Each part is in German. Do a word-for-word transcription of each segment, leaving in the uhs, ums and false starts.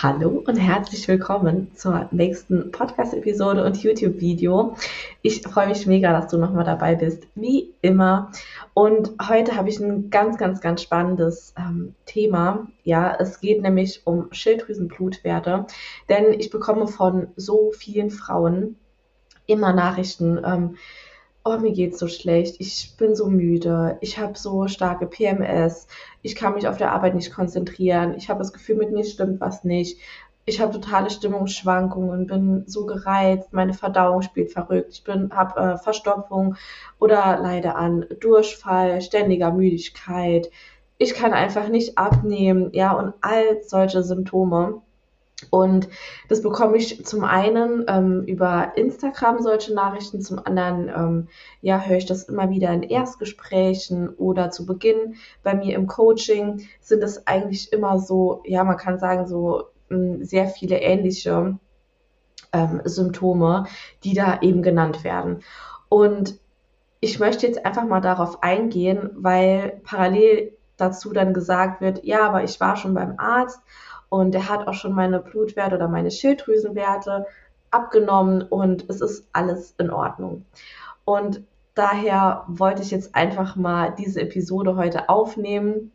Hallo und herzlich willkommen zur nächsten Podcast-Episode und YouTube-Video. Ich freue mich mega, dass du nochmal dabei bist, wie immer. Und heute habe ich ein ganz, ganz, ganz spannendes ähm, Thema. Ja, es geht nämlich um Schilddrüsenblutwerte, denn ich bekomme von so vielen Frauen immer Nachrichten. Ähm, oh, mir geht's so schlecht, ich bin so müde, ich habe so starke P M S, ich kann mich auf der Arbeit nicht konzentrieren, ich habe das Gefühl, mit mir stimmt was nicht, ich habe totale Stimmungsschwankungen, bin so gereizt, meine Verdauung spielt verrückt, ich bin habe äh, Verstopfung oder leide an Durchfall, ständiger Müdigkeit, ich kann einfach nicht abnehmen, ja, und all solche Symptome. Und das bekomme ich zum einen ähm, über Instagram solche Nachrichten, zum anderen ähm, ja, höre ich das immer wieder in Erstgesprächen oder zu Beginn bei mir im Coaching sind es eigentlich immer so, ja, man kann sagen, so ähm, sehr viele ähnliche ähm, Symptome, die da eben genannt werden. Und ich möchte jetzt einfach mal darauf eingehen, weil parallel dazu dann gesagt wird, ja, aber ich war schon beim Arzt und der hat auch schon meine Blutwerte oder meine Schilddrüsenwerte abgenommen und es ist alles in Ordnung. Und daher wollte ich jetzt einfach mal diese Episode heute aufnehmen,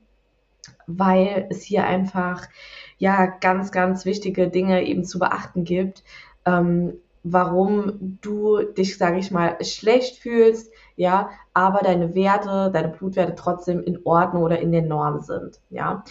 weil es hier einfach ja ganz, ganz wichtige Dinge eben zu beachten gibt, ähm, warum du dich, sage ich mal, schlecht fühlst, ja, aber deine Werte, deine Blutwerte trotzdem in Ordnung oder in der Norm sind, ja.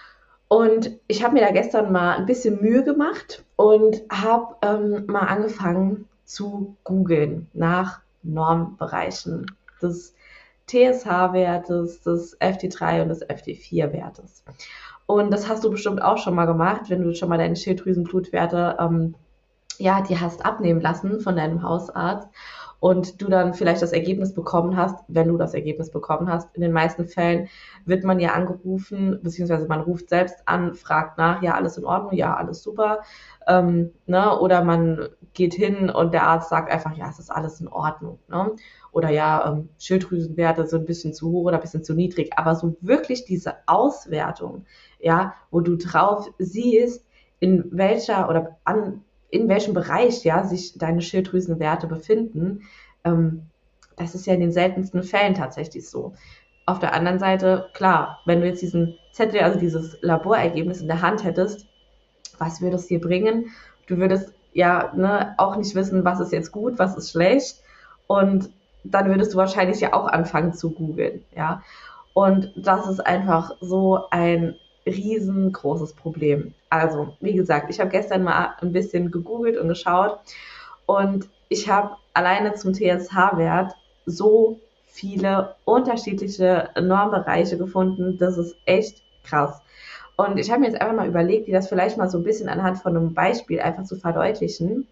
Und ich habe mir da gestern mal ein bisschen Mühe gemacht und habe ähm, mal angefangen zu googeln nach Normbereichen des T S H-Wertes, des F T drei und des F T vier-Wertes. Und das hast du bestimmt auch schon mal gemacht, wenn du schon mal deine Schilddrüsenblutwerte ähm, ja, die hast abnehmen lassen von deinem Hausarzt und du dann vielleicht das Ergebnis bekommen hast, wenn du das Ergebnis bekommen hast. In den meisten Fällen wird man ja angerufen, beziehungsweise man ruft selbst an, fragt nach, ja, alles in Ordnung, ja, alles super. Ähm, ne? Oder man geht hin und der Arzt sagt einfach, ja, es ist alles in Ordnung. Ne? Oder ja, ähm, Schilddrüsenwerte sind ein bisschen zu hoch oder ein bisschen zu niedrig. Aber so wirklich diese Auswertung, ja, wo du drauf siehst, in welcher oder an in welchem Bereich ja sich deine Schilddrüsenwerte befinden, ähm, das ist ja in den seltensten Fällen tatsächlich so. Auf der anderen Seite, klar, wenn du jetzt diesen Zettel, also dieses Laborergebnis in der Hand hättest, was würde es dir bringen? Du würdest ja ne, auch nicht wissen, was ist jetzt gut, was ist schlecht. Und dann würdest du wahrscheinlich ja auch anfangen zu googeln, ja. Und das ist einfach so ein riesengroßes Problem. Also, wie gesagt, ich habe gestern mal ein bisschen gegoogelt und geschaut und ich habe alleine zum T S H-Wert so viele unterschiedliche Normbereiche gefunden. Das ist echt krass. Und ich habe mir jetzt einfach mal überlegt, dir das vielleicht mal so ein bisschen anhand von einem Beispiel einfach zu verdeutlichen.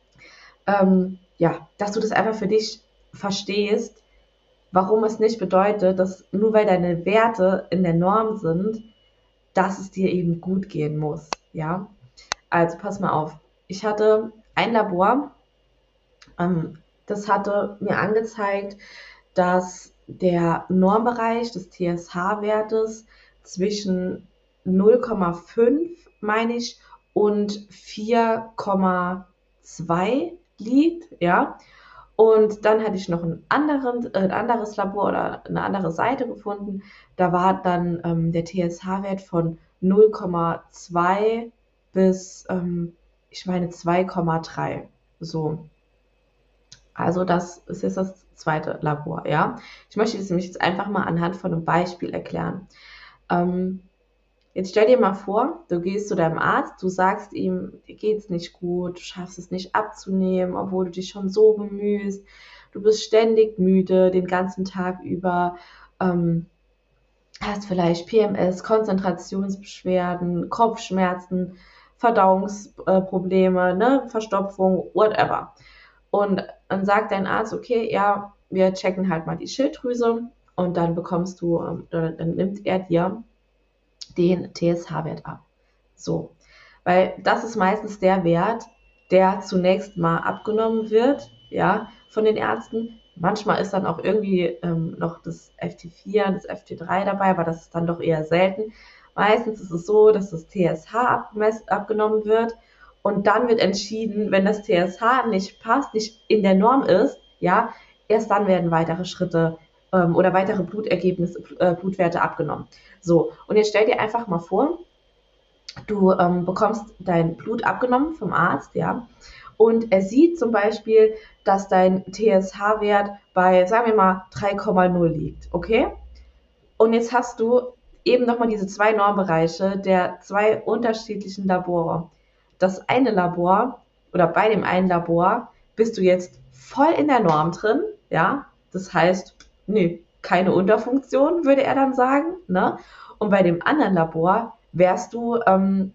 Ähm, ja, dass du das einfach für dich verstehst, warum es nicht bedeutet, dass nur weil deine Werte in der Norm sind, dass es dir eben gut gehen muss. Ja, also pass mal auf. Ich hatte ein Labor, ähm, das hatte mir angezeigt, dass der Normbereich des T S H-Wertes zwischen null Komma fünf, meine ich, und vier Komma zwei liegt, ja. Und dann hatte ich noch einen anderen, äh, ein anderes Labor oder eine andere Seite gefunden. Da war dann ähm, der T S H-Wert von null Komma zwei bis, ähm, ich meine, zwei Komma drei. So. Also das ist jetzt das zweite Labor, ja. Ich möchte es nämlich jetzt einfach mal anhand von einem Beispiel erklären. Ähm, Jetzt stell dir mal vor, du gehst zu deinem Arzt, du sagst ihm, dir geht's nicht gut, du schaffst es nicht abzunehmen, obwohl du dich schon so bemühst, du bist ständig müde den ganzen Tag über, ähm, hast vielleicht P M S, Konzentrationsbeschwerden, Kopfschmerzen, Verdauungsprobleme, ne, Verstopfung, whatever. Und dann sagt dein Arzt, okay, ja, wir checken halt mal die Schilddrüse und dann bekommst du, ähm, dann nimmt er dir den T S H-Wert ab. So, weil das ist meistens der Wert, der zunächst mal abgenommen wird, ja, von den Ärzten. Manchmal ist dann auch irgendwie ähm, noch das F T vier, das F T drei dabei, aber das ist dann doch eher selten. Meistens ist es so, dass das T S H abgemess- abgenommen wird und dann wird entschieden, wenn das T S H nicht passt, nicht in der Norm ist, ja, erst dann werden weitere Schritte ähm, oder weitere Blutergebnisse, äh, Blutwerte abgenommen. So, und jetzt stell dir einfach mal vor, du ähm, bekommst dein Blut abgenommen vom Arzt, ja, und er sieht zum Beispiel, dass dein T S H-Wert bei, sagen wir mal, drei Komma null liegt, okay? Und jetzt hast du eben nochmal diese zwei Normbereiche der zwei unterschiedlichen Labore. Das eine Labor oder bei dem einen Labor bist du jetzt voll in der Norm drin, ja, das heißt, nee, keine Unterfunktion, würde er dann sagen, ne? Und bei dem anderen Labor wärst du ähm,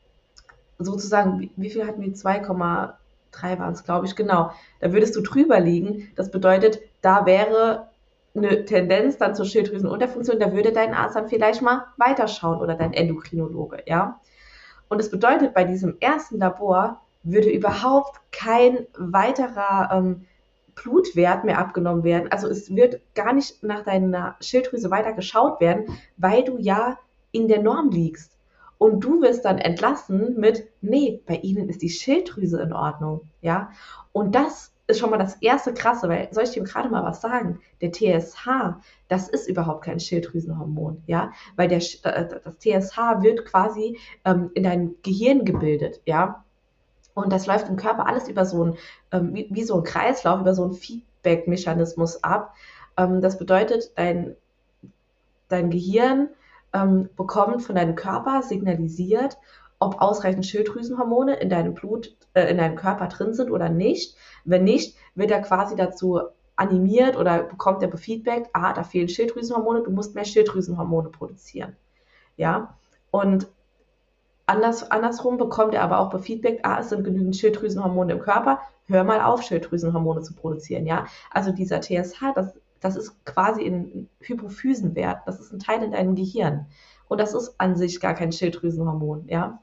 sozusagen, wie, wie viel hatten wir? zwei Komma drei waren es, glaube ich, genau. Da würdest du drüber liegen. Das bedeutet, da wäre eine Tendenz dann zur Schilddrüsenunterfunktion, da würde dein Arzt dann vielleicht mal weiterschauen oder dein Endokrinologe, ja. Und das bedeutet, bei diesem ersten Labor würde überhaupt kein weiterer ähm, Blutwert mehr abgenommen werden. Also es wird gar nicht nach deiner Schilddrüse weiter geschaut werden, weil du ja in der Norm liegst. Und du wirst dann entlassen mit, nee, bei ihnen ist die Schilddrüse in Ordnung, ja. Und das ist schon mal das erste Krasse, weil, soll ich dir gerade mal was sagen? Der T S H, das ist überhaupt kein Schilddrüsenhormon, ja, weil der, äh, das T S H wird quasi ähm, in deinem Gehirn gebildet, ja. Und das läuft im Körper alles über so ein, ähm, wie, wie so ein Kreislauf, über so einen Feedback-Mechanismus ab. Ähm, das bedeutet, dein, dein Gehirn ähm, bekommt von deinem Körper signalisiert, ob ausreichend Schilddrüsenhormone in deinem Blut, äh, in deinem Körper drin sind oder nicht. Wenn nicht, wird er quasi dazu animiert oder bekommt er Feedback, ah, da fehlen Schilddrüsenhormone, du musst mehr Schilddrüsenhormone produzieren. Ja, und Anders, andersrum bekommt er aber auch Feedback, ah, es sind genügend Schilddrüsenhormone im Körper, hör mal auf, Schilddrüsenhormone zu produzieren, ja. Also dieser T S H, das, das ist quasi ein Hypophysenwert, das ist ein Teil in deinem Gehirn. Und das ist an sich gar kein Schilddrüsenhormon, ja.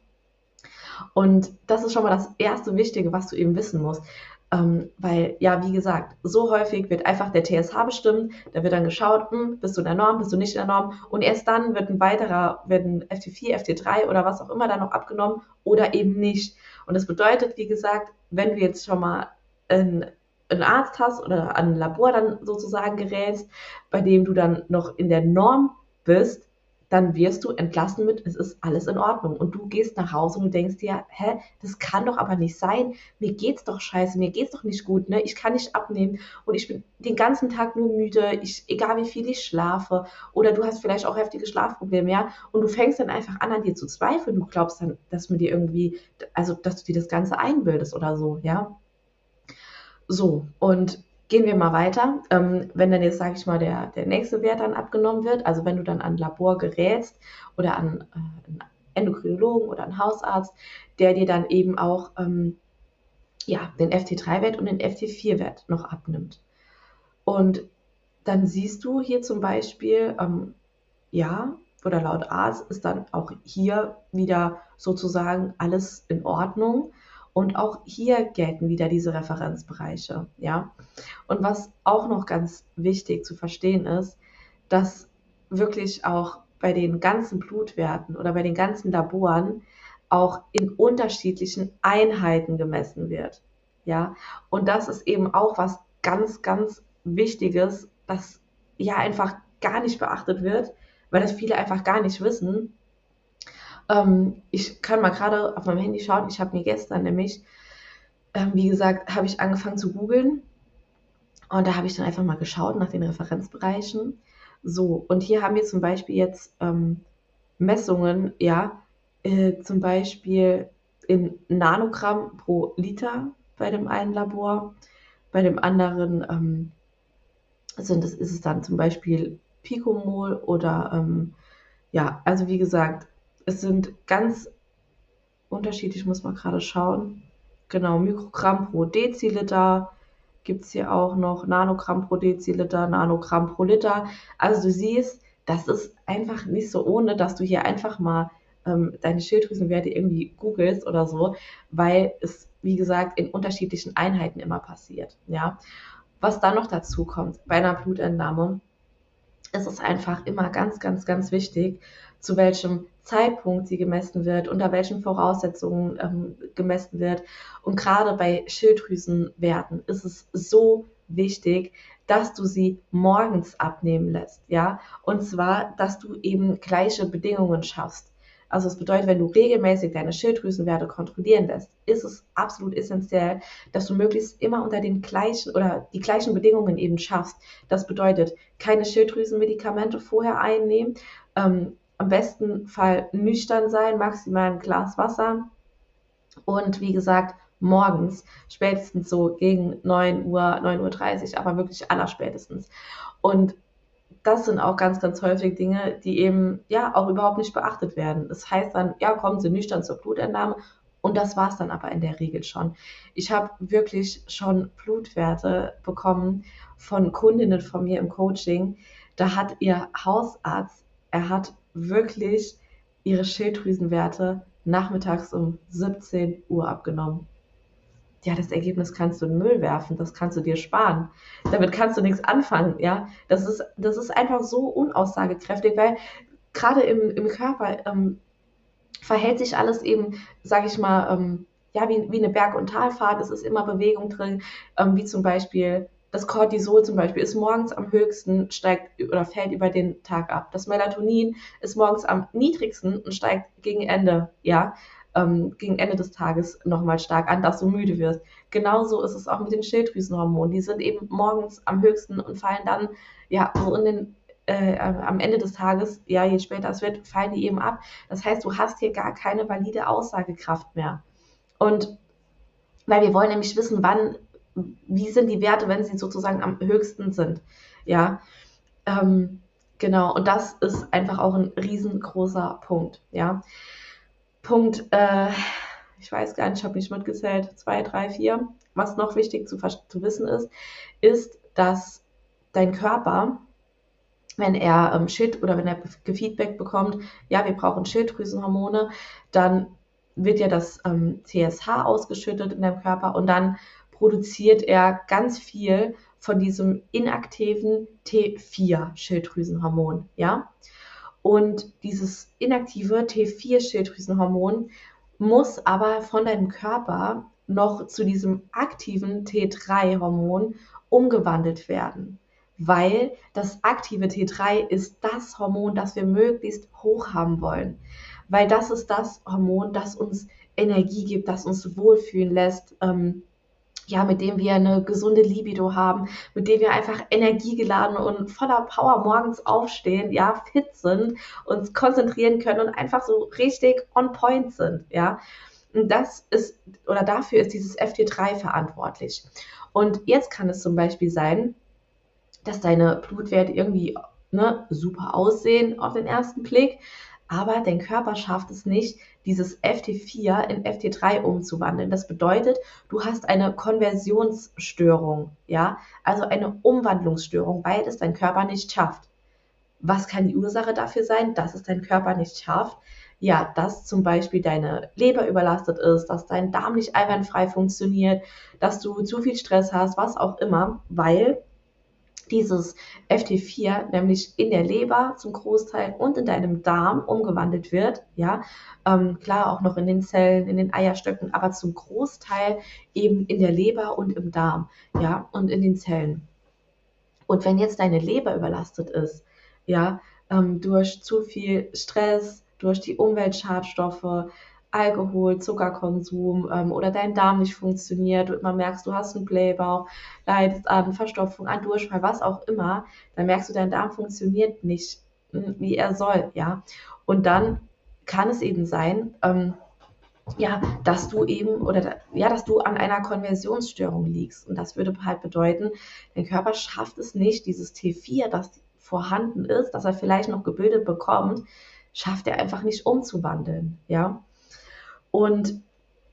Und das ist schon mal das erste Wichtige, was du eben wissen musst. Ähm, weil, ja, wie gesagt, so häufig wird einfach der T S H bestimmt, da wird dann geschaut, hm, bist du in der Norm, bist du nicht in der Norm und erst dann wird ein weiterer, werden F T vier, F T drei oder was auch immer dann noch abgenommen oder eben nicht. Und das bedeutet, wie gesagt, wenn du jetzt schon mal einen, einen Arzt hast oder an ein Labor dann sozusagen gerätst, bei dem du dann noch in der Norm bist, dann wirst du entlassen mit, es ist alles in Ordnung. Und du gehst nach Hause und du denkst dir, hä, das kann doch aber nicht sein. Mir geht's doch scheiße, mir geht's doch nicht gut, ne? Ich kann nicht abnehmen und ich bin den ganzen Tag nur müde, ich, egal wie viel ich schlafe. Oder du hast vielleicht auch heftige Schlafprobleme, ja? Und du fängst dann einfach an, an dir zu zweifeln. Du glaubst dann, dass mit dir irgendwie, also, dass du dir das Ganze einbildest oder so, ja? So, und gehen wir mal weiter. Ähm, wenn dann jetzt, sage ich mal, der, der nächste Wert dann abgenommen wird, also wenn du dann an ein Labor gerätst oder an äh, einen Endokrinologen oder einen Hausarzt, der dir dann eben auch ähm, ja, den F T drei Wert und den F T vier Wert noch abnimmt. Und dann siehst du hier zum Beispiel, ähm, ja, oder laut Arzt ist dann auch hier wieder sozusagen alles in Ordnung. Und auch hier gelten wieder diese Referenzbereiche, ja. Und was auch noch ganz wichtig zu verstehen ist, dass wirklich auch bei den ganzen Blutwerten oder bei den ganzen Laboren auch in unterschiedlichen Einheiten gemessen wird. Ja, und das ist eben auch was ganz, ganz Wichtiges, das ja einfach gar nicht beachtet wird, weil das viele einfach gar nicht wissen. Ähm, ich kann mal gerade auf meinem Handy schauen. Ich habe mir gestern nämlich, ähm, wie gesagt, habe ich angefangen zu googeln und da habe ich dann einfach mal geschaut nach den Referenzbereichen. So, und hier haben wir zum Beispiel jetzt ähm, Messungen, ja, äh, zum Beispiel in Nanogramm pro Liter bei dem einen Labor, bei dem anderen ähm, sind es, ist es dann zum Beispiel Pikomol oder ähm, ja, also wie gesagt, es sind ganz unterschiedlich, muss man gerade schauen. Genau, Mikrogramm pro Deziliter gibt es hier auch noch, Nanogramm pro Deziliter, Nanogramm pro Liter. Also du siehst, das ist einfach nicht so ohne, dass du hier einfach mal ähm, deine Schilddrüsenwerte irgendwie googelst oder so, weil es, wie gesagt, in unterschiedlichen Einheiten immer passiert. Ja? Was dann noch dazu kommt bei einer Blutentnahme, ist es einfach immer ganz, ganz, ganz wichtig, zu welchem Zeitpunkt sie gemessen wird, unter welchen Voraussetzungen ähm, gemessen wird. Und gerade bei Schilddrüsenwerten ist es so wichtig, dass du sie morgens abnehmen lässt, ja. Und zwar, dass du eben gleiche Bedingungen schaffst. Also es bedeutet, wenn du regelmäßig deine Schilddrüsenwerte kontrollieren lässt, ist es absolut essentiell, dass du möglichst immer unter den gleichen oder die gleichen Bedingungen eben schaffst. Das bedeutet, keine Schilddrüsenmedikamente vorher einnehmen, ähm, am besten Fall nüchtern sein, maximal ein Glas Wasser und wie gesagt, morgens, spätestens so gegen neun Uhr, neun Uhr dreißig, aber wirklich allerspätestens. Und das sind auch ganz, ganz häufig Dinge, die eben ja auch überhaupt nicht beachtet werden. Das heißt dann, ja, kommen Sie nüchtern zur Blutentnahme und das war es dann aber in der Regel schon. Ich habe wirklich schon Blutwerte bekommen von Kundinnen von mir im Coaching. Da hat ihr Hausarzt, er hat wirklich ihre Schilddrüsenwerte nachmittags um siebzehn Uhr abgenommen. Ja, das Ergebnis kannst du in den Müll werfen, das kannst du dir sparen. Damit kannst du nichts anfangen, ja. Das ist, das ist einfach so unaussagekräftig, weil gerade im, im Körper ähm, verhält sich alles eben, sage ich mal, ähm, ja, wie, wie eine Berg- und Talfahrt. Es ist immer Bewegung drin, ähm, wie zum Beispiel das Cortisol zum Beispiel ist morgens am höchsten, steigt oder fällt über den Tag ab. Das Melatonin ist morgens am niedrigsten und steigt gegen Ende, ja, ähm, gegen Ende des Tages nochmal stark an, dass du müde wirst. Genauso ist es auch mit den Schilddrüsenhormonen. Die sind eben morgens am höchsten und fallen dann, ja, so in den äh, am Ende des Tages, ja, je später es wird, fallen die eben ab. Das heißt, du hast hier gar keine valide Aussagekraft mehr. Und weil wir wollen nämlich wissen, wann, wie sind die Werte, wenn sie sozusagen am höchsten sind. Ja, ähm, genau. Und das ist einfach auch ein riesengroßer Punkt. Ja, Punkt, äh, ich weiß gar nicht, ich habe nicht mitgezählt, zwei, drei, vier. Was noch wichtig zu, zu wissen ist, ist, dass dein Körper, wenn er ähm, Schild oder wenn er Feedback bekommt, ja, wir brauchen Schilddrüsenhormone, dann wird ja das ähm, T S H ausgeschüttet in deinem Körper und dann produziert er ganz viel von diesem inaktiven T vier Schilddrüsenhormon, ja. Und dieses inaktive T vier Schilddrüsenhormon muss aber von deinem Körper noch zu diesem aktiven T drei Hormon umgewandelt werden, weil das aktive T drei ist das Hormon, das wir möglichst hoch haben wollen, weil das ist das Hormon, das uns Energie gibt, das uns wohlfühlen lässt, ähm, ja, mit dem wir eine gesunde Libido haben, mit dem wir einfach energiegeladen und voller Power morgens aufstehen, ja, fit sind, uns konzentrieren können und einfach so richtig on point sind, ja. Und das ist, oder dafür ist dieses F T drei verantwortlich. Und jetzt kann es zum Beispiel sein, dass deine Blutwerte irgendwie, ne, super aussehen auf den ersten Blick, aber dein Körper schafft es nicht, dieses F T vier in F T drei umzuwandeln. Das bedeutet, du hast eine Konversionsstörung, ja, also eine Umwandlungsstörung, weil es dein Körper nicht schafft. Was kann die Ursache dafür sein, dass es dein Körper nicht schafft? Ja, dass zum Beispiel deine Leber überlastet ist, dass dein Darm nicht einwandfrei funktioniert, dass du zu viel Stress hast, was auch immer, weil dieses F T vier nämlich in der Leber zum Großteil und in deinem Darm umgewandelt wird, ja, ähm, klar auch noch in den Zellen, in den Eierstöcken, aber zum Großteil eben in der Leber und im Darm, ja, und in den Zellen. Und wenn jetzt deine Leber überlastet ist, ja, ähm, durch zu viel Stress, durch die Umweltschadstoffe, Alkohol, Zuckerkonsum ähm, oder dein Darm nicht funktioniert, du immer merkst, du hast einen Blähbauch, leidest an Verstopfung, an Durchfall, was auch immer, dann merkst du, dein Darm funktioniert nicht, wie er soll, ja. Und dann kann es eben sein, ähm, ja, dass du eben oder ja, dass du an einer Konversionsstörung liegst. Und das würde halt bedeuten, dein Körper schafft es nicht, dieses T vier, das vorhanden ist, das er vielleicht noch gebildet bekommt, schafft er einfach nicht umzuwandeln. Ja. Und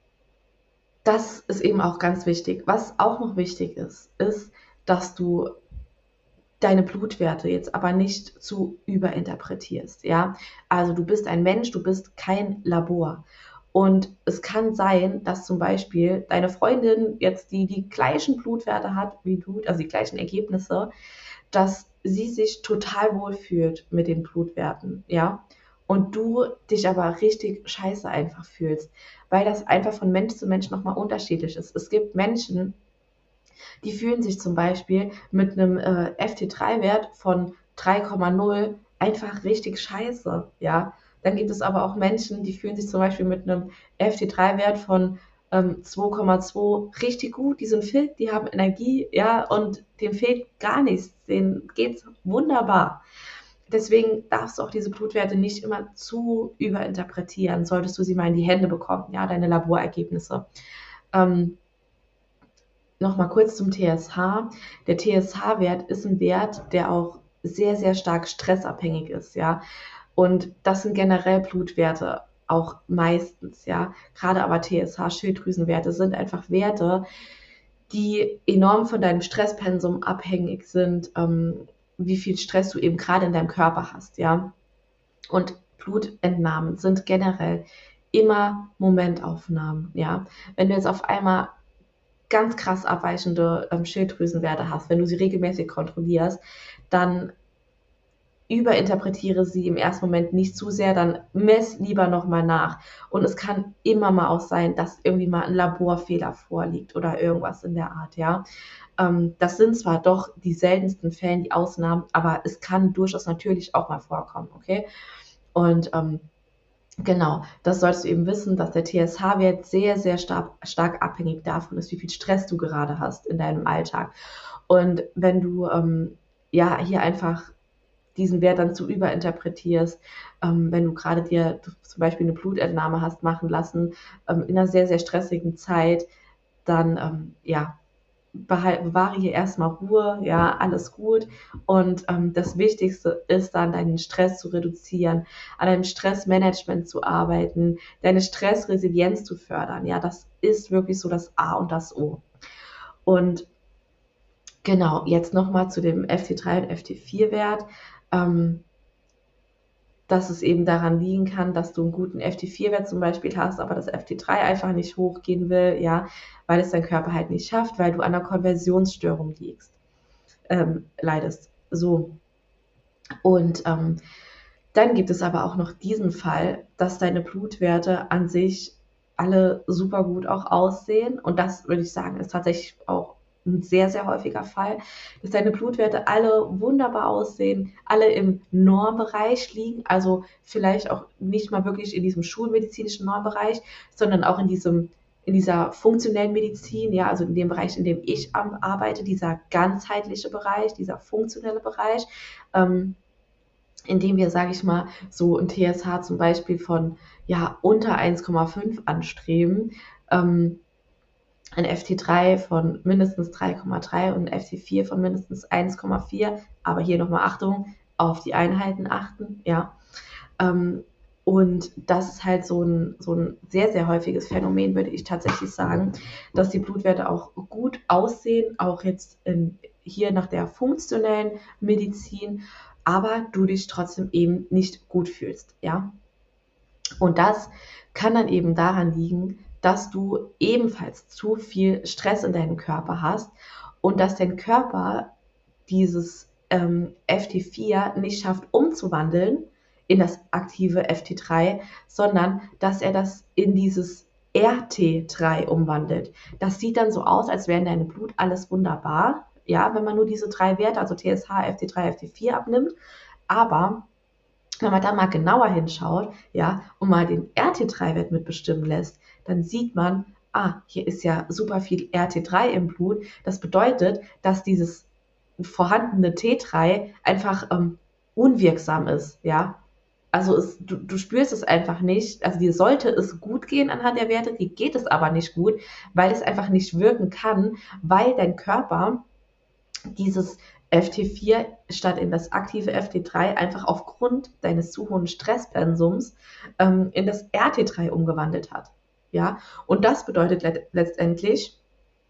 das ist eben auch ganz wichtig. Was auch noch wichtig ist, ist, dass du deine Blutwerte jetzt aber nicht zu überinterpretierst. Ja. Also du bist ein Mensch, du bist kein Labor. Und es kann sein, dass zum Beispiel deine Freundin jetzt die, die gleichen Blutwerte hat wie du, also die gleichen Ergebnisse, dass sie sich total wohl fühlt mit den Blutwerten, ja. und du dich aber richtig scheiße einfach fühlst, weil das einfach von Mensch zu Mensch nochmal unterschiedlich ist. Es gibt Menschen, die fühlen sich zum Beispiel mit einem äh, F T drei Wert von drei Komma null einfach richtig scheiße, ja. Dann gibt es aber auch Menschen, die fühlen sich zum Beispiel mit einem F T drei Wert von ähm, zwei Komma zwei richtig gut, die sind fit, die haben Energie, ja, und denen fehlt gar nichts, denen geht's wunderbar. Deswegen darfst du auch diese Blutwerte nicht immer zu überinterpretieren, solltest du sie mal in die Hände bekommen, ja, deine Laborergebnisse. Ähm, Nochmal kurz zum T S H. Der T S H-Wert ist ein Wert, der auch sehr, sehr stark stressabhängig ist, ja. Und das sind generell Blutwerte auch meistens, ja. Gerade aber T S H, Schilddrüsenwerte sind einfach Werte, die enorm von deinem Stresspensum abhängig sind, ähm, wie viel Stress du eben gerade in deinem Körper hast, ja. Und Blutentnahmen sind generell immer Momentaufnahmen, ja. Wenn du jetzt auf einmal ganz krass abweichende ähm, Schilddrüsenwerte hast, wenn du sie regelmäßig kontrollierst, dann überinterpretiere sie im ersten Moment nicht zu sehr, dann mess lieber nochmal nach. Und es kann immer mal auch sein, dass irgendwie mal ein Laborfehler vorliegt oder irgendwas in der Art, ja. Ähm, das sind zwar doch die seltensten Fälle, die Ausnahmen, aber es kann durchaus natürlich auch mal vorkommen, okay? Und ähm, genau, das solltest du eben wissen, dass der T S H-Wert sehr, sehr stark, stark abhängig davon ist, wie viel Stress du gerade hast in deinem Alltag. Und wenn du ähm, ja hier einfach diesen Wert dann zu überinterpretierst, ähm, wenn du gerade dir zum Beispiel eine Blutentnahme hast machen lassen, ähm, in einer sehr, sehr stressigen Zeit, dann ähm, ja, bewahre hier erstmal Ruhe, ja, alles gut. Und ähm, das Wichtigste ist dann, deinen Stress zu reduzieren, an deinem Stressmanagement zu arbeiten, deine Stressresilienz zu fördern. Ja, das ist wirklich so das A und das O. Und genau, jetzt nochmal zu dem F T drei und F T vier Wert. Ähm, dass es eben daran liegen kann, dass du einen guten F T vier Wert zum Beispiel hast, aber das F T drei einfach nicht hochgehen will, ja, weil es dein Körper halt nicht schafft, weil du an einer Konversionsstörung liegst, ähm, leidest. So. Und ähm, dann gibt es aber auch noch diesen Fall, dass deine Blutwerte an sich alle super gut auch aussehen. Und das würde ich sagen, ist tatsächlich auch ein sehr, sehr häufiger Fall, dass deine Blutwerte alle wunderbar aussehen, alle im Normbereich liegen, also vielleicht auch nicht mal wirklich in diesem schulmedizinischen Normbereich, sondern auch in diesem in dieser funktionellen Medizin, ja, also in dem Bereich, in dem ich arbeite, dieser ganzheitliche Bereich, dieser funktionelle Bereich, ähm, indem wir, sage ich mal, so ein T S H zum Beispiel von ja, unter eins Komma fünf anstreben, ähm, ein F T drei von mindestens drei Komma drei und ein F T vier von mindestens eins Komma vier, aber hier nochmal Achtung, auf die Einheiten achten, ja. Ähm, und das ist halt so ein, so ein sehr, sehr häufiges Phänomen, würde ich tatsächlich sagen, dass die Blutwerte auch gut aussehen, auch jetzt in, hier nach der funktionellen Medizin, aber du dich trotzdem eben nicht gut fühlst, ja. Und das kann dann eben daran liegen, dass du ebenfalls zu viel Stress in deinem Körper hast und dass dein Körper dieses ähm, F T vier nicht schafft umzuwandeln in das aktive F T drei, sondern dass er das in dieses R T drei umwandelt. Das sieht dann so aus, als wäre in deinem Blut alles wunderbar, ja, wenn man nur diese drei Werte, also T S H, F T drei, F T vier abnimmt, aber wenn man da mal genauer hinschaut, ja, und mal den R T drei Wert mitbestimmen lässt, dann sieht man, ah, hier ist ja super viel R T drei im Blut. Das bedeutet, dass dieses vorhandene T drei einfach ähm, unwirksam ist, ja. Also es, du, du spürst es einfach nicht. Also dir sollte es gut gehen anhand der Werte, dir geht es aber nicht gut, weil es einfach nicht wirken kann, weil dein Körper dieses F T vier statt in das aktive F T drei einfach aufgrund deines zu hohen Stresspensums ähm, in das R T drei umgewandelt hat. Ja, und das bedeutet let letztendlich,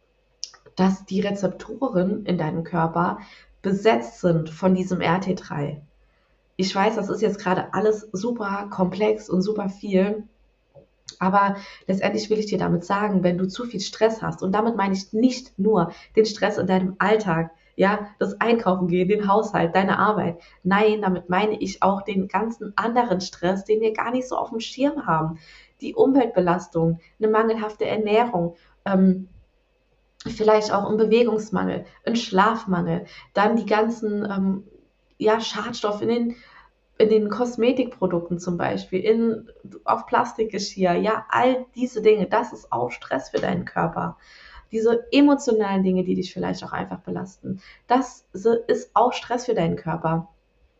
dass die Rezeptoren in deinem Körper besetzt sind von diesem R T drei. Ich weiß, das ist jetzt gerade alles super komplex und super viel, aber letztendlich will ich dir damit sagen, wenn du zu viel Stress hast, und damit meine ich nicht nur den Stress in deinem Alltag, ja, das Einkaufen gehen, den Haushalt, deine Arbeit. Nein, damit meine ich auch den ganzen anderen Stress, den wir gar nicht so auf dem Schirm haben. Die Umweltbelastung, eine mangelhafte Ernährung, ähm, vielleicht auch ein Bewegungsmangel, ein Schlafmangel, dann die ganzen ähm, ja, Schadstoffe in den, in den Kosmetikprodukten zum Beispiel, in, auf Plastikgeschirr, ja, all diese Dinge, das ist auch Stress für deinen Körper. Diese emotionalen Dinge, die dich vielleicht auch einfach belasten, das ist auch Stress für deinen Körper.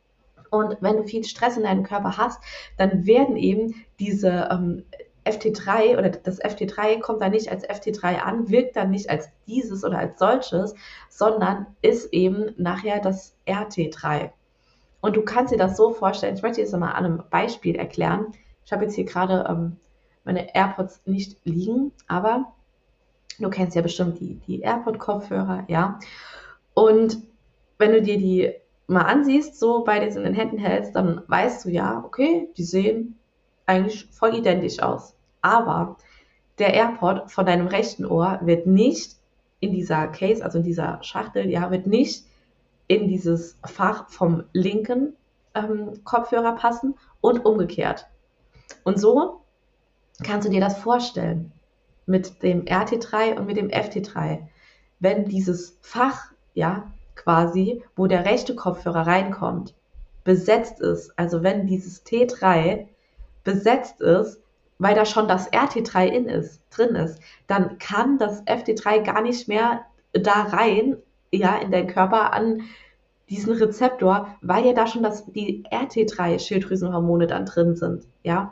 Und wenn du viel Stress in deinem Körper hast, dann werden eben diese ähm, F T drei oder das F T drei kommt dann nicht als F T drei an, wirkt dann nicht als dieses oder als solches, sondern ist eben nachher das R T drei. Und du kannst dir das so vorstellen, ich möchte dir das mal an einem Beispiel erklären. Ich habe jetzt hier gerade ähm, meine AirPods nicht liegen, aber du kennst ja bestimmt die, die AirPod-Kopfhörer, ja. Und wenn du dir die mal ansiehst, so beides in den Händen hältst, dann weißt du ja, okay, die sehen eigentlich voll identisch aus. Aber der AirPod von deinem rechten Ohr wird nicht in dieser Case, also in dieser Schachtel, ja, wird nicht in dieses Fach vom linken ähm, Kopfhörer passen und umgekehrt. Und so kannst du dir das vorstellen mit dem R T drei und mit dem F T drei. Wenn dieses Fach, ja, quasi, wo der rechte Kopfhörer reinkommt, besetzt ist, also wenn dieses T drei besetzt ist, weil da schon das R T drei in ist, drin ist, dann kann das F T drei gar nicht mehr da rein, ja, in deinen Körper an diesen Rezeptor, weil ja da schon das, die R T drei Schilddrüsenhormone dann drin sind, ja.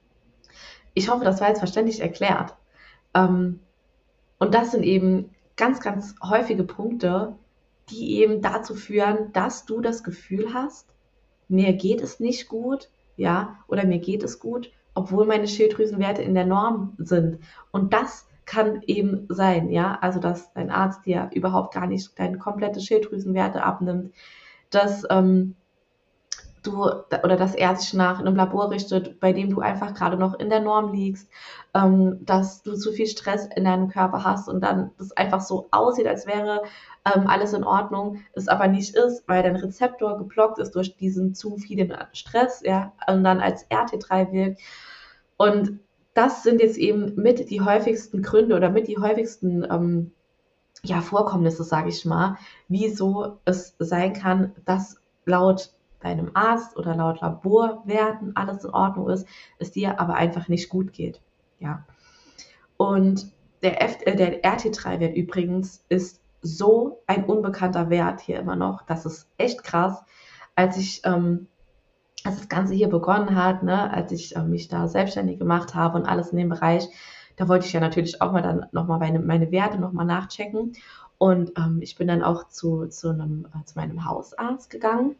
Ich hoffe, das war jetzt verständlich erklärt. Ähm, und das sind eben ganz, ganz häufige Punkte, die eben dazu führen, dass du das Gefühl hast, mir geht es nicht gut, ja, oder mir geht es gut, obwohl meine Schilddrüsenwerte in der Norm sind. Und das kann eben sein, ja, also dass dein Arzt dir überhaupt gar nicht deine komplette Schilddrüsenwerte abnimmt, dass ähm, du oder dass er sich nach einem Labor richtet, bei dem du einfach gerade noch in der Norm liegst, ähm, dass du zu viel Stress in deinem Körper hast und dann das einfach so aussieht, als wäre ähm, alles in Ordnung, es aber nicht ist, weil dein Rezeptor geblockt ist durch diesen zu vielen Stress, ja, und dann als R T drei wirkt. Und das sind jetzt eben mit die häufigsten Gründe oder mit die häufigsten ähm, ja, Vorkommnisse, sage ich mal, wieso es sein kann, dass laut deinem Arzt oder laut Laborwerten alles in Ordnung ist, es dir aber einfach nicht gut geht. Ja. Und der, F, äh, der R T drei-Wert übrigens ist so ein unbekannter Wert hier immer noch. Das ist echt krass. Als ich, ähm, als das Ganze hier begonnen hat, ne, als ich äh, mich da selbstständig gemacht habe und alles in dem Bereich, da wollte ich ja natürlich auch mal dann nochmal meine, meine Werte nochmal nachchecken. Und ähm, ich bin dann auch zu, zu, einem, äh, zu meinem Hausarzt gegangen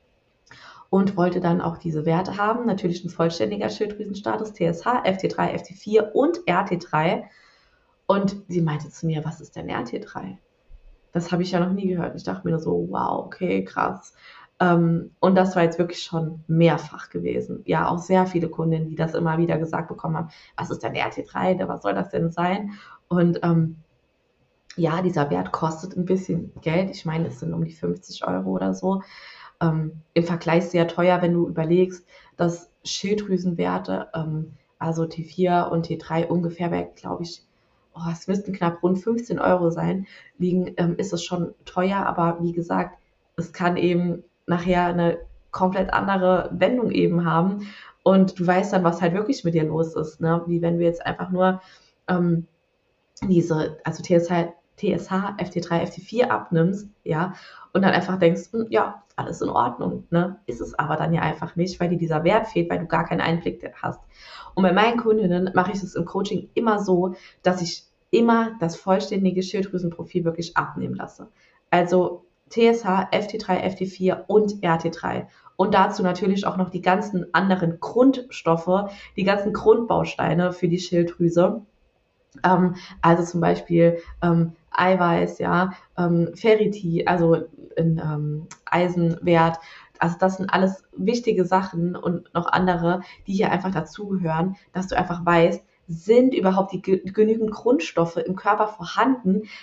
und wollte dann auch diese Werte haben. Natürlich ein vollständiger Schilddrüsenstatus, T S H, F T drei, F T vier und R T drei. Und sie meinte zu mir, was ist denn R T drei? Das habe ich ja noch nie gehört. Ich dachte mir nur so, wow, okay, krass. Ähm, und das war jetzt wirklich schon mehrfach gewesen. Ja, auch sehr viele Kundinnen, die das immer wieder gesagt bekommen haben, was ist denn R T drei, was soll das denn sein? Und ähm, ja, dieser Wert kostet ein bisschen Geld. Ich meine, es sind um die fünfzig Euro oder so. Ähm, Im Vergleich sehr teuer, wenn du überlegst, dass Schilddrüsenwerte, ähm, also T vier und T drei ungefähr bei, glaube ich, oh, es müssten knapp rund fünfzehn Euro sein, liegen, ähm, ist es schon teuer, aber wie gesagt, es kann eben nachher eine komplett andere Wendung eben haben und du weißt dann, was halt wirklich mit dir los ist, ne? Wie wenn du jetzt einfach nur ähm, diese, also T S H, T S H, F T drei, F T vier abnimmst, ja, und dann einfach denkst, hm, ja, alles in Ordnung, ne? Ist es aber dann ja einfach nicht, weil dir dieser Wert fehlt, weil du gar keinen Einblick hast. Und bei meinen Kundinnen mache ich es im Coaching immer so, dass ich immer das vollständige Schilddrüsenprofil wirklich abnehmen lasse. Also T S H, F T drei, F T vier und R T drei. Und dazu natürlich auch noch die ganzen anderen Grundstoffe, die ganzen Grundbausteine für die Schilddrüse. Ähm, also zum Beispiel ähm, Eiweiß, ja, ähm, Ferritin, also in ähm, Eisenwert. Also das sind alles wichtige Sachen und noch andere, die hier einfach dazugehören, dass du einfach weißt, sind überhaupt die ge- genügend Grundstoffe im Körper vorhanden,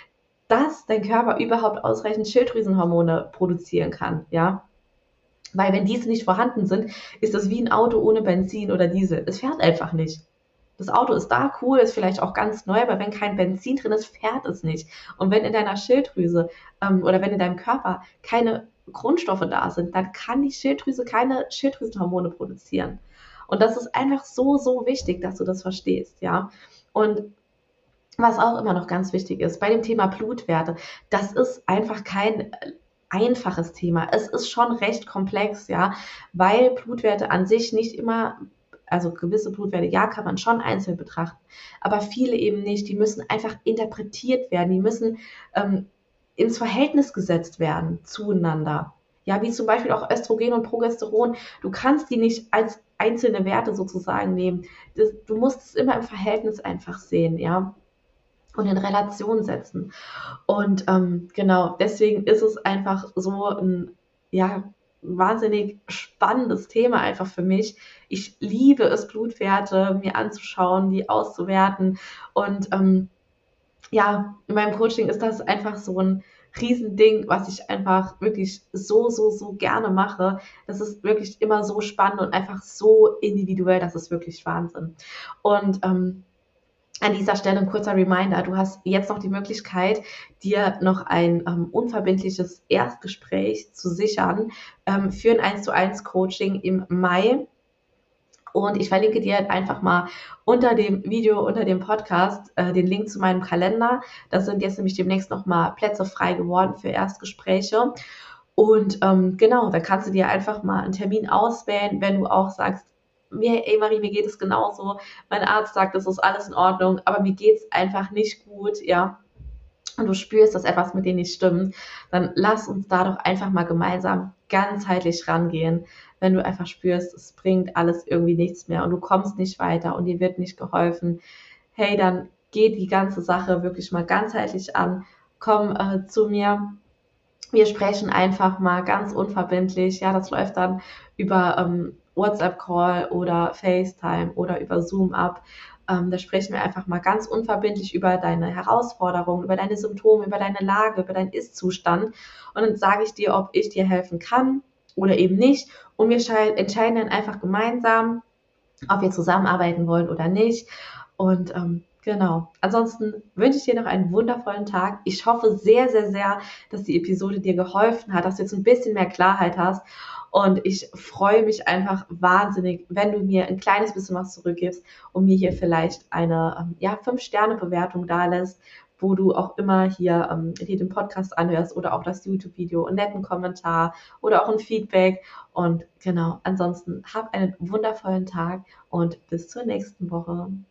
dass dein Körper überhaupt ausreichend Schilddrüsenhormone produzieren kann, ja. Weil wenn diese nicht vorhanden sind, ist das wie ein Auto ohne Benzin oder Diesel. Es fährt einfach nicht. Das Auto ist da, cool, ist vielleicht auch ganz neu, aber wenn kein Benzin drin ist, fährt es nicht. Und wenn in deiner Schilddrüse ähm, oder wenn in deinem Körper keine Grundstoffe da sind, dann kann die Schilddrüse keine Schilddrüsenhormone produzieren. Und das ist einfach so, so wichtig, dass du das verstehst, ja. Und was auch immer noch ganz wichtig ist, bei dem Thema Blutwerte, das ist einfach kein einfaches Thema. Es ist schon recht komplex, ja, weil Blutwerte an sich nicht immer, also gewisse Blutwerte, ja, kann man schon einzeln betrachten, aber viele eben nicht. Die müssen einfach interpretiert werden, die müssen ähm, ins Verhältnis gesetzt werden zueinander. Ja, wie zum Beispiel auch Östrogen und Progesteron. Du kannst die nicht als einzelne Werte sozusagen nehmen. Das, du musst es immer im Verhältnis einfach sehen, ja, und in Relation setzen. Und ähm, genau, deswegen ist es einfach so ein, ja, wahnsinnig spannendes Thema einfach für mich. Ich liebe es, Blutwerte mir anzuschauen, die auszuwerten. Und ähm, ja, in meinem Coaching ist das einfach so ein Riesending, was ich einfach wirklich so, so, so gerne mache. Das ist wirklich immer so spannend und einfach so individuell, das ist wirklich Wahnsinn. Und ähm, an dieser Stelle ein kurzer Reminder, du hast jetzt noch die Möglichkeit, dir noch ein ähm, unverbindliches Erstgespräch zu sichern ähm, für ein eins zu eins Coaching im Mai. Und ich verlinke dir einfach mal unter dem Video, unter dem Podcast, äh, den Link zu meinem Kalender. Da sind jetzt nämlich demnächst nochmal Plätze frei geworden für Erstgespräche. Und ähm, genau, da kannst du dir einfach mal einen Termin auswählen, wenn du auch sagst, mir, ey Marie, mir geht es genauso. Mein Arzt sagt, das ist alles in Ordnung, aber mir geht es einfach nicht gut, ja. Und du spürst, dass etwas mit dir nicht stimmt, dann lass uns da doch einfach mal gemeinsam ganzheitlich rangehen. Wenn du einfach spürst, es bringt alles irgendwie nichts mehr und du kommst nicht weiter und dir wird nicht geholfen, hey, dann geh die ganze Sache wirklich mal ganzheitlich an. Komm äh, zu mir. Wir sprechen einfach mal ganz unverbindlich. Ja, das läuft dann über ähm, WhatsApp-Call oder FaceTime oder über Zoom ab. Ähm, da sprechen wir einfach mal ganz unverbindlich über deine Herausforderungen, über deine Symptome, über deine Lage, über deinen Ist-Zustand. Und dann sage ich dir, ob ich dir helfen kann oder eben nicht. Und wir entscheiden dann einfach gemeinsam, ob wir zusammenarbeiten wollen oder nicht. Und ähm, genau. Ansonsten wünsche ich dir noch einen wundervollen Tag. Ich hoffe sehr, sehr, sehr, dass die Episode dir geholfen hat, dass du jetzt ein bisschen mehr Klarheit hast. Und ich freue mich einfach wahnsinnig, wenn du mir ein kleines bisschen was zurückgibst und mir hier vielleicht eine ähm, ja, fünf Sterne Bewertung dalässt, wo du auch immer hier ähm, dir den Podcast anhörst oder auch das YouTube-Video, einen netten Kommentar oder auch ein Feedback. Und genau, ansonsten hab einen wundervollen Tag und bis zur nächsten Woche.